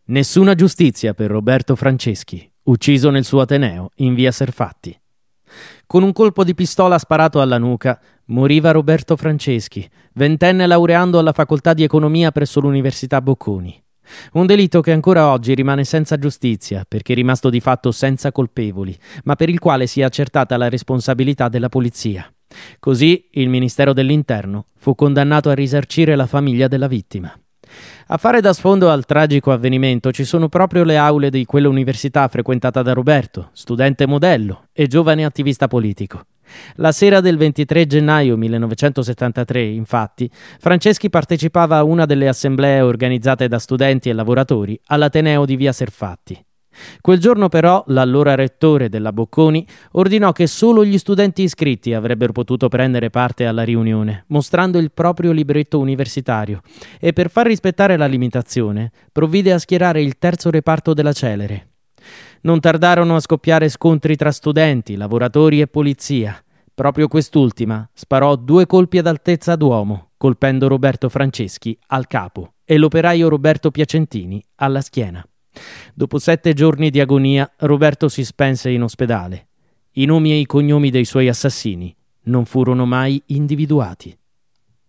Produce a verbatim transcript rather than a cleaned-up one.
Nessuna giustizia per Roberto Franceschi, ucciso nel suo ateneo in via Serfatti. Con un colpo di pistola sparato alla nuca moriva Roberto Franceschi, ventenne laureando alla facoltà di economia presso l'Università Bocconi. Un delitto che ancora oggi rimane senza giustizia perché è rimasto di fatto senza colpevoli, ma per il quale si è accertata la responsabilità della polizia. Così il Ministero dell'Interno fu condannato a risarcire la famiglia della vittima. A fare da sfondo al tragico avvenimento ci sono proprio le aule di quell'università frequentata da Roberto, studente modello e giovane attivista politico. La sera del ventitré gennaio millenovecentosettantatré, infatti, Franceschi partecipava a una delle assemblee organizzate da studenti e lavoratori all'Ateneo di via Serfatti. Quel giorno però l'allora rettore della Bocconi ordinò che solo gli studenti iscritti avrebbero potuto prendere parte alla riunione, mostrando il proprio libretto universitario, e per far rispettare la limitazione provvide a schierare il terzo reparto della Celere. Non tardarono a scoppiare scontri tra studenti, lavoratori e polizia. Proprio quest'ultima sparò due colpi ad altezza d'uomo, colpendo Roberto Franceschi al capo e l'operaio Roberto Piacentini alla schiena. Dopo sette giorni di agonia, Roberto si spense in ospedale. I nomi e i cognomi dei suoi assassini non furono mai individuati.